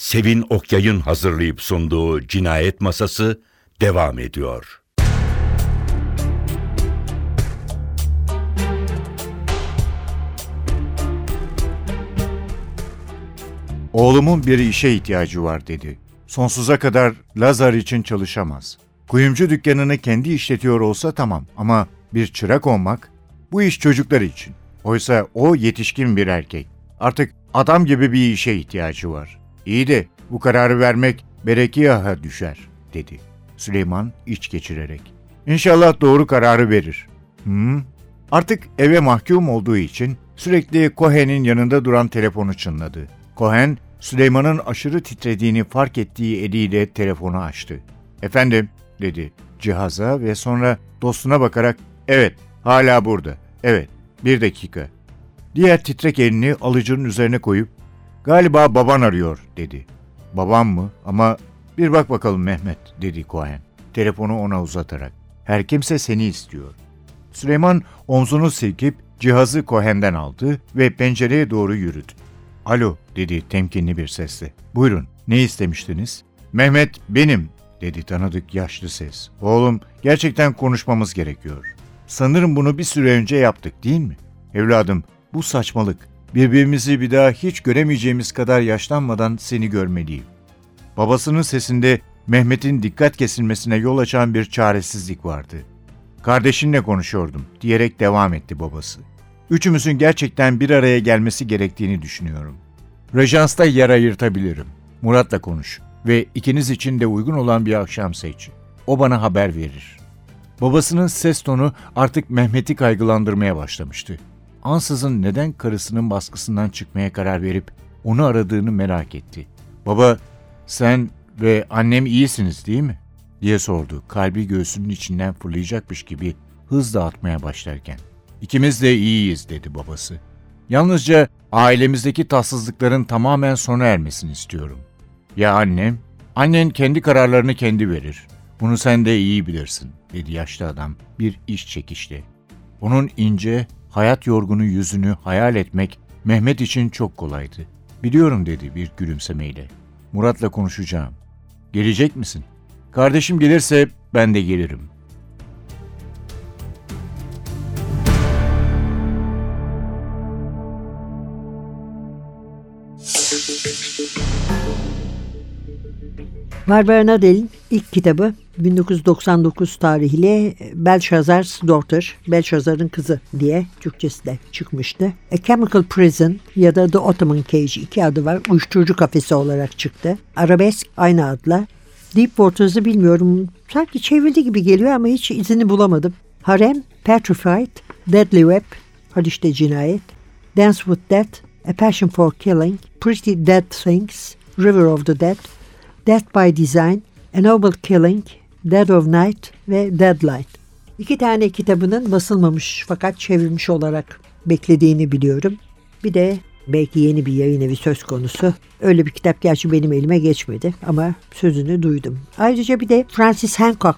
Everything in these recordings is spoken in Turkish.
Sevin Okyay'ın hazırlayıp sunduğu Cinayet Masası devam ediyor. Oğlumun bir işe ihtiyacı var dedi. Sonsuza kadar Lazar için çalışamaz. Kuyumcu dükkanını kendi işletiyor olsa tamam ama bir çırak olmak, bu iş çocuklar için. Oysa o yetişkin bir erkek. Artık adam gibi bir işe ihtiyacı var. İyi de bu kararı vermek Berekiyah'a düşer dedi. Süleyman iç geçirerek. İnşallah doğru kararı verir. Artık eve mahkum olduğu için sürekli Cohen'in yanında duran telefonu çınladı. Cohen, Süleyman'ın aşırı titrediğini fark ettiği eliyle telefonu açtı. Efendim, dedi cihaza ve sonra dostuna bakarak, evet, hala burada, evet, 1 dakika. Diğer titrek elini alıcının üzerine koyup, galiba baban arıyor, dedi. Babam mı? Ama bir bak bakalım Mehmet, dedi Cohen, telefonu ona uzatarak. Her kimse seni istiyor. Süleyman omzunu silkip cihazı Cohen'den aldı ve pencereye doğru yürüdü. Alo, dedi temkinli bir sesle. Buyurun, ne istemiştiniz? Mehmet benim, dedi tanıdık yaşlı ses. Oğlum, gerçekten konuşmamız gerekiyor. Sanırım bunu bir süre önce yaptık, değil mi? Evladım, bu saçmalık. Birbirimizi bir daha hiç göremeyeceğimiz kadar yaşlanmadan seni görmeliyim. Babasının sesinde Mehmet'in dikkat kesilmesine yol açan bir çaresizlik vardı. Kardeşinle konuşuyordum, diyerek devam etti babası. Üçümüzün gerçekten bir araya gelmesi gerektiğini düşünüyorum. Rejans'ta yer ayırtabilirim. Murat'la konuş ve ikiniz için de uygun olan bir akşam seç. O bana haber verir. Babasının ses tonu artık Mehmet'i kaygılandırmaya başlamıştı. Ansızın neden karısının baskısından çıkmaya karar verip onu aradığını merak etti. Baba, sen ve annem iyisiniz değil mi? Diye sordu, kalbi göğsünün içinden fırlayacakmış gibi hızla atmaya başlarken. İkimiz de iyiyiz, dedi babası. Yalnızca ailemizdeki tatsızlıkların tamamen sona ermesini istiyorum. Ya annem? Annen kendi kararlarını kendi verir. Bunu sen de iyi bilirsin, dedi yaşlı adam bir iç çekişle. Onun ince, hayat yorgunu yüzünü hayal etmek Mehmet için çok kolaydı. Biliyorum, dedi bir gülümsemeyle. Murat'la konuşacağım. Gelecek misin? Kardeşim gelirse ben de gelirim. Barbara Nadel'in ilk kitabı 1999 tarihli Belshazzar's Daughter, Belshazzar'ın kızı diye Türkçesi de çıkmıştı. A Chemical Prison ya da The Ottoman Cage, 2 adı var. Uyuşturucu kafesi olarak çıktı. Arabesk aynı adla. Deepwaters'ı bilmiyorum. Sanki çevrildi gibi geliyor ama hiç izini bulamadım. Harem, Petrified, Deadly Web, hadi işte cinayet, Dance with Death, A Passion for Killing, Pretty Dead Things, River of the Dead, Death by Design, A Noble Killing, Dead of Night ve Deadlight. 2 tane kitabının basılmamış fakat çevrilmiş olarak beklediğini biliyorum. Bir de belki yeni bir yayın evi söz konusu. Öyle bir kitap gerçi benim elime geçmedi ama sözünü duydum. Ayrıca bir de Francis Hancock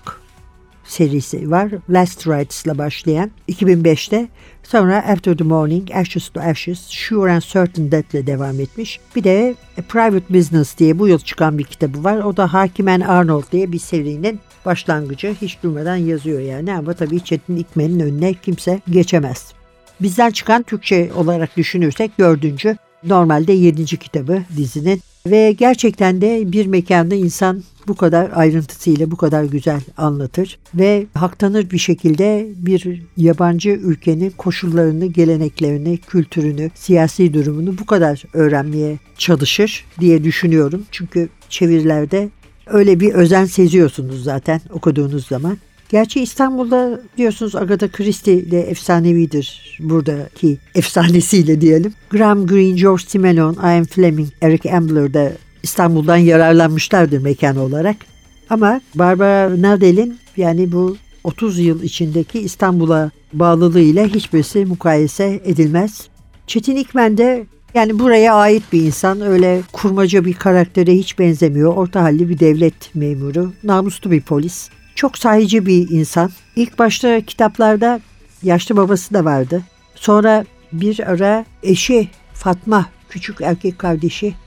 serisi var. Last Rights'la başlayan 2005'te, sonra After the Morning, Ashes to Ashes, Sure and Certain Death'le devam etmiş. Bir de A Private Business diye bu yıl çıkan bir kitabı var. O da Hakim and Arnold diye bir serinin başlangıcı. Hiç durmadan yazıyor yani ama tabii Çetin İkmen'in önüne kimse geçemez. Bizden çıkan Türkçe olarak düşünürsek 4. normalde 7. kitabı dizinin ve gerçekten de bir mekanda insan bu kadar ayrıntısıyla bu kadar güzel anlatır ve haktanır bir şekilde bir yabancı ülkenin koşullarını, geleneklerini, kültürünü, siyasi durumunu bu kadar öğrenmeye çalışır diye düşünüyorum. Çünkü çevirilerde öyle bir özen seziyorsunuz zaten okuduğunuz zaman. Gerçi İstanbul'da diyorsunuz Agatha Christie de efsanevidir buradaki efsanesiyle diyelim. Graham Greene, George Simenon, Ian Fleming, Eric Ambler da İstanbul'dan yararlanmışlardır mekan olarak. Ama Barbara Nadel'in yani bu 30 yıl içindeki İstanbul'a bağlılığıyla hiçbirisi mukayese edilmez. Çetin İkmen de yani buraya ait bir insan, öyle kurmaca bir karaktere hiç benzemiyor. Orta halli bir devlet memuru, namuslu bir polis. Çok sahici bir insan. İlk başta kitaplarda yaşlı babası da vardı. Sonra bir ara eşi Fatma, küçük erkek kardeşi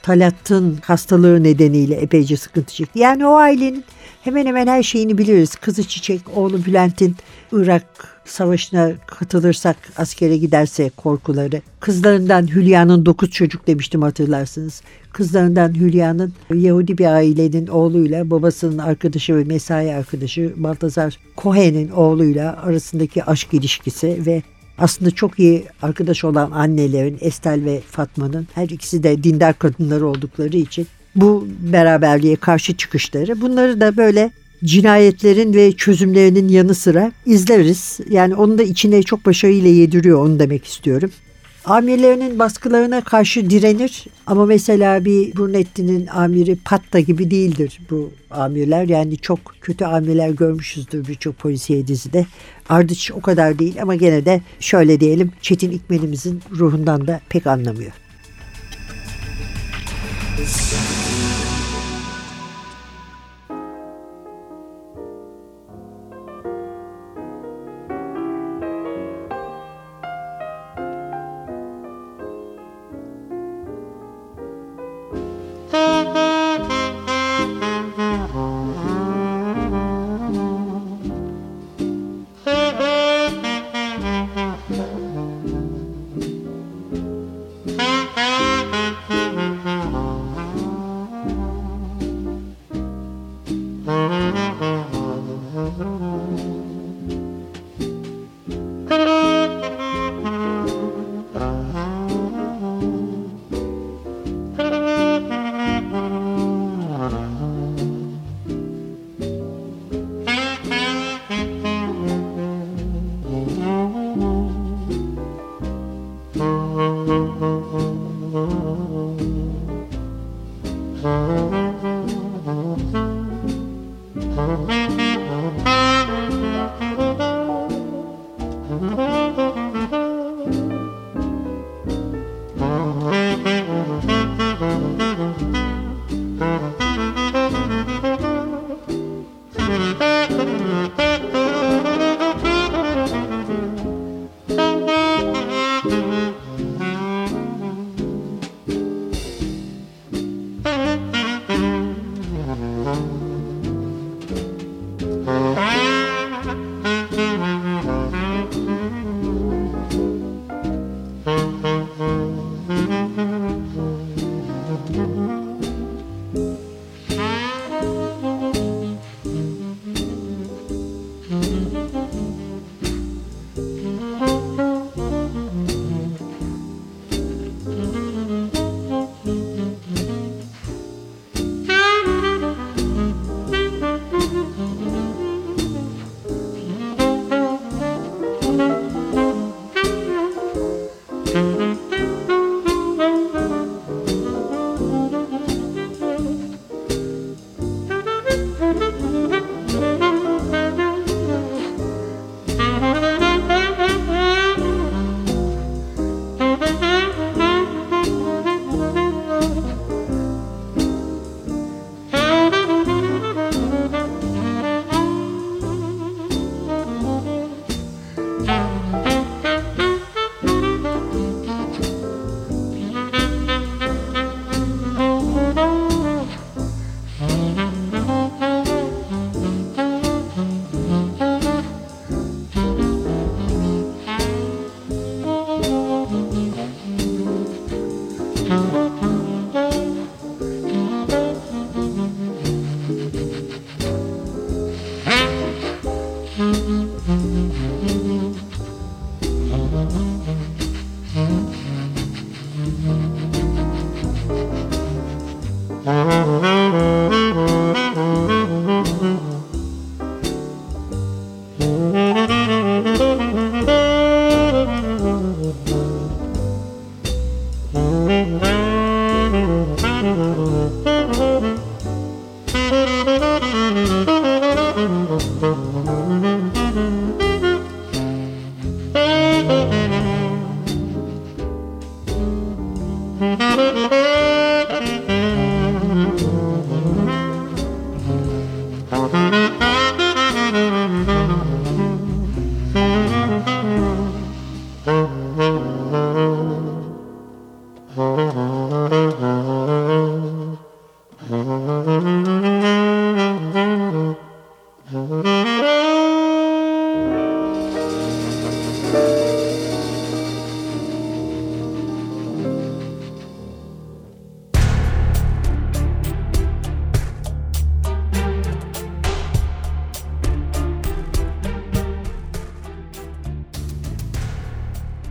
Talat'ın hastalığı nedeniyle epeyce sıkıntı çekti. Yani o ailenin hemen hemen her şeyini biliriz. Kızı Çiçek, oğlu Bülent'in Irak Savaşı'na katılırsak askere giderse korkuları. Kızlarından Hülya'nın 9 çocuk demiştim, hatırlarsınız. Kızlarından Hülya'nın Yahudi bir ailenin oğluyla babasının arkadaşı ve mesai arkadaşı Baltazar Cohen'in oğluyla arasındaki aşk ilişkisi ve aslında çok iyi arkadaş olan annelerin, Estel ve Fatma'nın, her ikisi de dindar kadınları oldukları için bu beraberliğe karşı çıkışları, bunları da böyle cinayetlerin ve çözümlerinin yanı sıra izleriz. Yani onu da içine çok başarıyla yediriyor, onu demek istiyorum. Amirlerinin baskılarına karşı direnir ama mesela bir Brunetti'nin amiri Patta gibi değildir bu amirler. Yani çok kötü amirler görmüşüzdür birçok polisiye dizide. Ardıç o kadar değil ama gene de şöyle diyelim, Çetin İkmenimizin ruhundan da pek anlamıyor.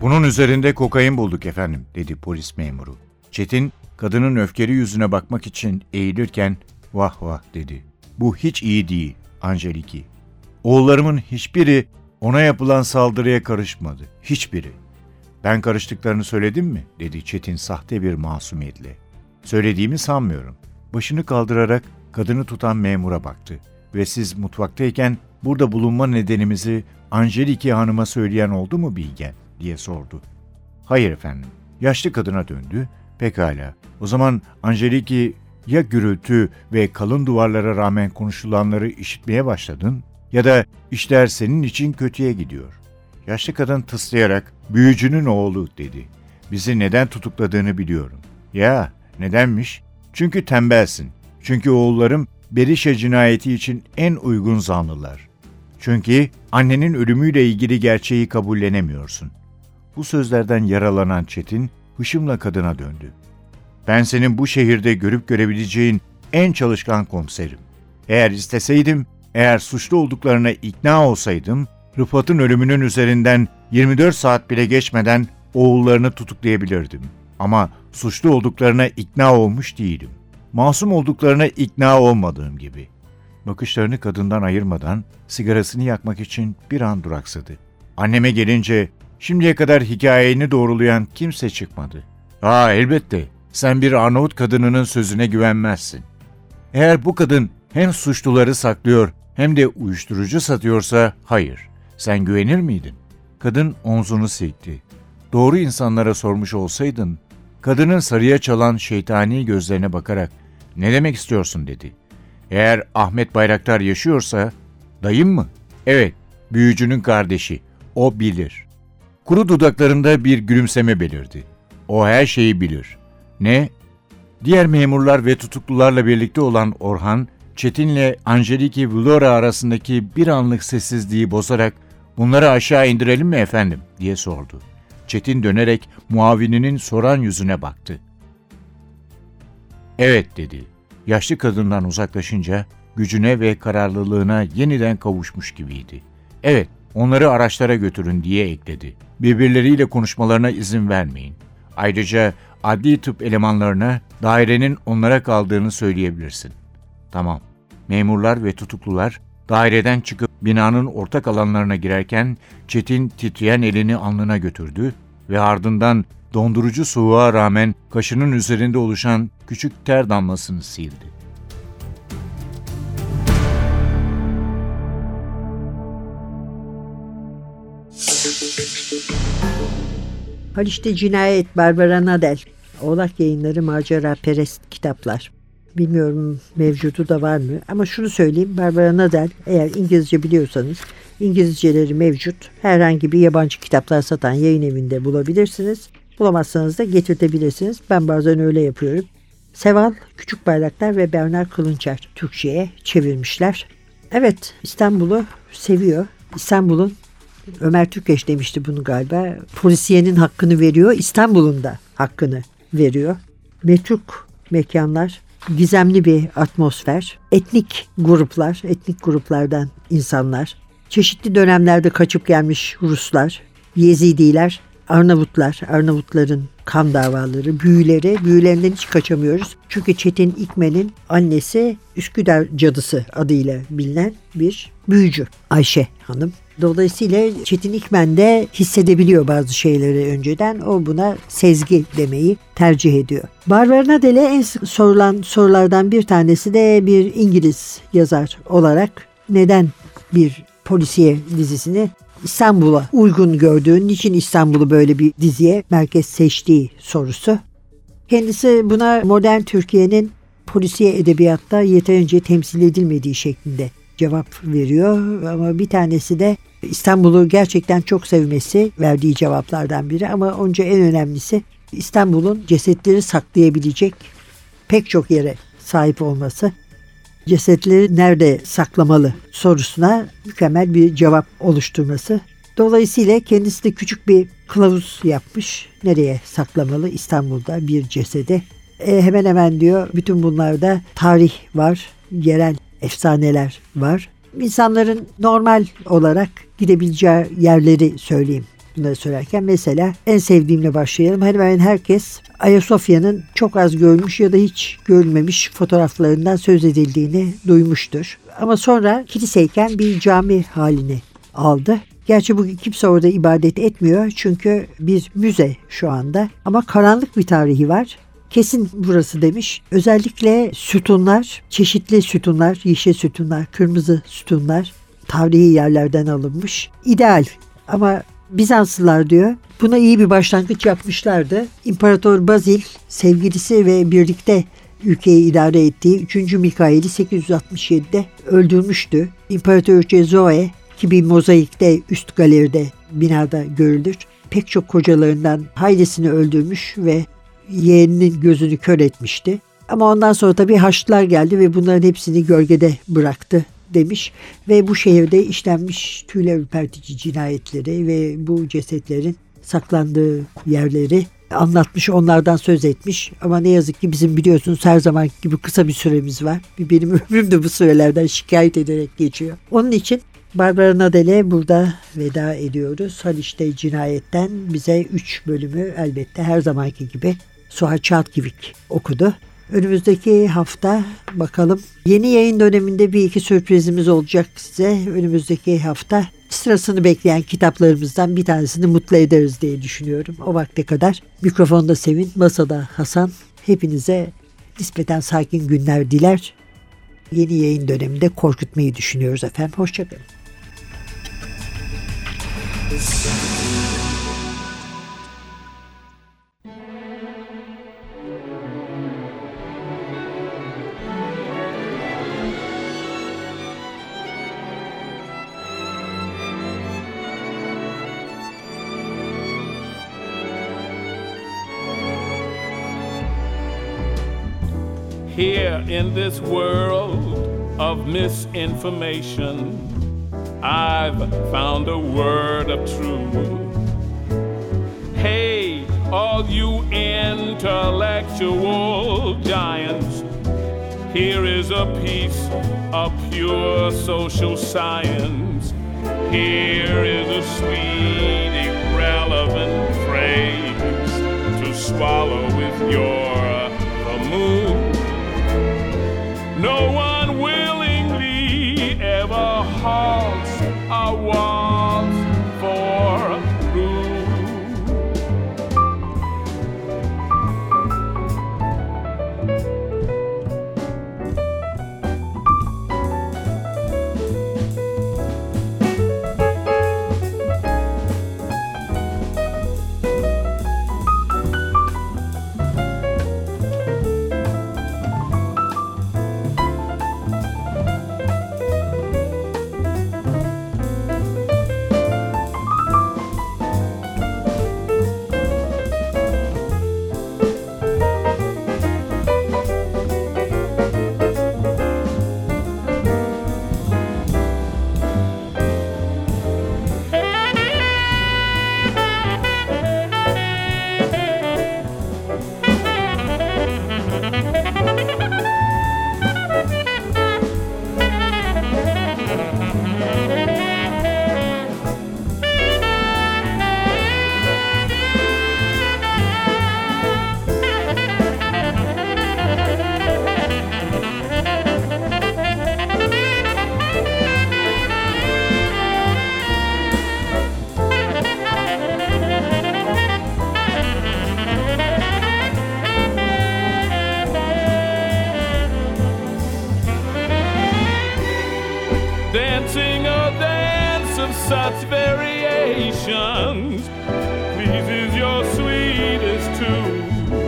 Bunun üzerinde kokain bulduk efendim, dedi polis memuru. Çetin, kadının öfkeli yüzüne bakmak için eğilirken, vah vah dedi. Bu hiç iyi değil, Angeliki. Oğullarımın hiçbiri ona yapılan saldırıya karışmadı. Hiçbiri. Ben karıştıklarını söyledim mi? Dedi Çetin sahte bir masumiyetle. Söylediğimi sanmıyorum. Başını kaldırarak kadını tutan memura baktı. Ve siz mutfaktayken burada bulunma nedenimizi Angeliki Hanım'a söyleyen oldu mu Bilgen? Diye sordu. Hayır efendim. Yaşlı kadına döndü. Pekala. O zaman Angeliki, ya gürültü ve kalın duvarlara rağmen konuşulanları işitmeye başladın ya da işler senin için kötüye gidiyor. Yaşlı kadın tıslayarak büyücünün oğlu dedi. Bizi neden tutukladığını biliyorum. Ya nedenmiş? Çünkü tembelsin. Çünkü oğullarım Berişe cinayeti için en uygun zanlılar. Çünkü annenin ölümüyle ilgili gerçeği kabullenemiyorsun. Bu sözlerden yaralanan Çetin hışımla kadına döndü. Ben senin bu şehirde görüp görebileceğin en çalışkan komiserim. Eğer isteseydim, eğer suçlu olduklarına ikna olsaydım, Rıfat'ın ölümünün üzerinden 24 saat bile geçmeden oğullarını tutuklayabilirdim. Ama suçlu olduklarına ikna olmuş değilim. Masum olduklarına ikna olmadığım gibi. Bakışlarını kadından ayırmadan sigarasını yakmak için bir an duraksadı. Anneme gelince şimdiye kadar hikayeni doğrulayan kimse çıkmadı. Elbette. Sen bir Arnavut kadınının sözüne güvenmezsin. Eğer bu kadın hem suçluları saklıyor hem de uyuşturucu satıyorsa hayır. Sen güvenir miydin? Kadın omzunu silkti. Doğru insanlara sormuş olsaydın, kadının sarıya çalan şeytani gözlerine bakarak ne demek istiyorsun dedi. Eğer Ahmet Bayraktar yaşıyorsa, dayım mı? Evet, büyücünün kardeşi. O bilir. Kuru dudaklarında bir gülümseme belirdi. O her şeyi bilir. Ne? Diğer memurlar ve tutuklularla birlikte olan Orhan, Çetin'le Angeliki Vlora arasındaki bir anlık sessizliği bozarak "Bunları aşağı indirelim mi efendim?" diye sordu. Çetin dönerek muavininin soran yüzüne baktı. "Evet," dedi. Yaşlı kadından uzaklaşınca gücüne ve kararlılığına yeniden kavuşmuş gibiydi. "Evet, onları araçlara götürün," diye ekledi. "Birbirleriyle konuşmalarına izin vermeyin. Ayrıca adli tıp elemanlarına dairenin onlara kaldığını söyleyebilirsin." "Tamam." Memurlar ve tutuklular daireden çıkıp binanın ortak alanlarına girerken Çetin titreyen elini alnına götürdü ve ardından dondurucu soğuğa rağmen kaşının üzerinde oluşan küçük ter damlasını sildi. Haliç'te Cinayet, Barbara Nadel. Oğlak Yayınları Macera Perest kitaplar. Bilmiyorum mevcudu da var mı ama şunu söyleyeyim. Barbara Nadel, eğer İngilizce biliyorsanız İngilizceleri mevcut. Herhangi bir yabancı kitaplar satan yayın evinde bulabilirsiniz. Bulamazsanız da getirtebilirsiniz. Ben bazen öyle yapıyorum. Seval Küçük Bayraktar ve Bernard Kılınçer Türkçe'ye çevirmişler. Evet, İstanbul'u seviyor. İstanbul'un, Ömer Türkeş demişti bunu galiba, polisiyenin hakkını veriyor, İstanbul'un da hakkını veriyor. Metruk mekanlar, gizemli bir atmosfer, etnik gruplardan insanlar, çeşitli dönemlerde kaçıp gelmiş Ruslar, Yezidiler, Arnavutların kan davaları, büyülerinden hiç kaçamıyoruz. Çünkü Çetin İkmen'in annesi Üsküdar Cadısı adıyla bilinen bir büyücü Ayşe Hanım. Dolayısıyla Çetin İkmen de hissedebiliyor bazı şeyleri önceden. O buna sezgi demeyi tercih ediyor. Barbara Nadel'e en sık sorulan sorulardan bir tanesi de bir İngiliz yazar olarak neden bir polisiye dizisini İstanbul'a uygun gördüğün, niçin İstanbul'u böyle bir diziye merkez seçtiği sorusu. Kendisi buna modern Türkiye'nin polisiye edebiyatta yeterince temsil edilmediği şeklinde cevap veriyor. Ama bir tanesi de İstanbul'u gerçekten çok sevmesi, verdiği cevaplardan biri. Ama onca en önemlisi İstanbul'un cesetleri saklayabilecek pek çok yere sahip olması. Cesetleri nerede saklamalı sorusuna mükemmel bir cevap oluşturması. Dolayısıyla kendisi de küçük bir kılavuz yapmış. Nereye saklamalı İstanbul'da bir cesedi? Hemen hemen diyor bütün bunlarda tarih var, yerel efsaneler var. İnsanların normal olarak gidebileceği yerleri söyleyeyim bunları söylerken. Mesela en sevdiğimle başlayalım. Hemen herkes Ayasofya'nın çok az görülmüş ya da hiç görülmemiş fotoğraflarından söz edildiğini duymuştur. Ama sonra kiliseyken bir cami halini aldı. Gerçi bugün kimse orada ibadet etmiyor çünkü bir müze şu anda. Ama karanlık bir tarihi var. Kesin burası demiş. Özellikle sütunlar, çeşitli sütunlar, yeşil sütunlar, kırmızı sütunlar tarihi yerlerden alınmış. İdeal ama Bizanslılar diyor buna iyi bir başlangıç yapmışlardı. İmparator Bazil sevgilisi ve birlikte ülkeyi idare ettiği 3. Mikail'i 867'de öldürmüştü. İmparatoriçe Zoe ki bir mozaikte üst galeride binada görülür. Pek çok kocalarından haylisini öldürmüş ve yeğeninin gözünü kör etmişti. Ama ondan sonra tabii Haçlılar geldi ve bunların hepsini gölgede bıraktı demiş. Ve bu şehirde işlenmiş tüyler ürpertici cinayetleri ve bu cesetlerin saklandığı yerleri anlatmış, onlardan söz etmiş. Ama ne yazık ki bizim biliyorsunuz her zaman gibi kısa bir süremiz var. Benim ömrüm de bu sürelerden şikayet ederek geçiyor. Onun için Barbara Nadel'e burada veda ediyoruz. Haliç'te cinayetten bize 3 bölümü elbette her zamanki gibi Suha Çalkivik okudu. Önümüzdeki hafta bakalım yeni yayın döneminde bir iki sürprizimiz olacak size. Önümüzdeki hafta sırasını bekleyen kitaplarımızdan bir tanesini mutlu ederiz diye düşünüyorum. O vakte kadar mikrofonda Sevin, masada Hasan. Hepinize nispeten sakin günler diler. Yeni yayın döneminde korkutmayı düşünüyoruz efendim. Hoşçakalın. Here in this world of misinformation, I've found a word of truth. Hey, all you intellectual giants, here is a piece of pure social science. Here is a sweet, irrelevant phrase to swallow with your moon. No one willingly ever halts or wants for room. Dancing a dance of such variations pleases your sweetest tune.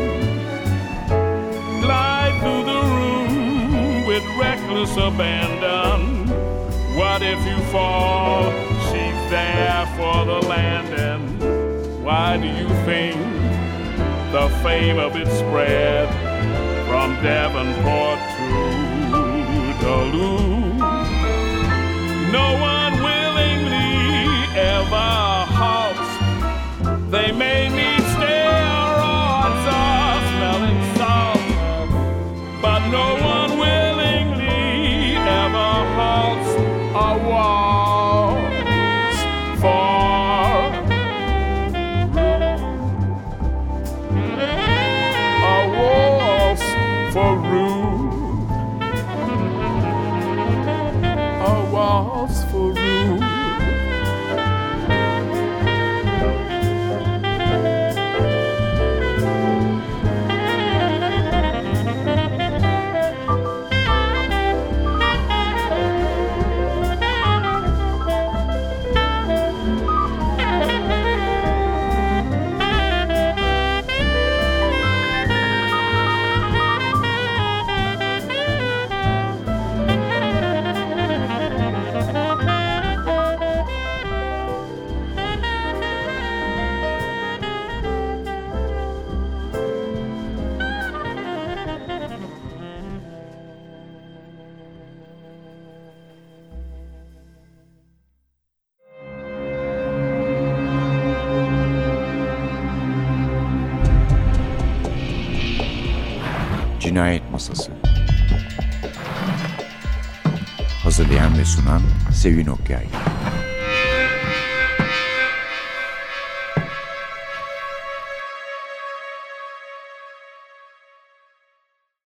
Glide through the room with reckless abandon. What if you fall? She's there for the landing. Why do you think the fame of it spread from Devonport to Duluth? No one willingly ever halts. They may need steroids or smelling salt, but no one willingly ever halts or walks for calls for room. Cinayet Masası. Hazırlayan ve sunan Sevin Okyay.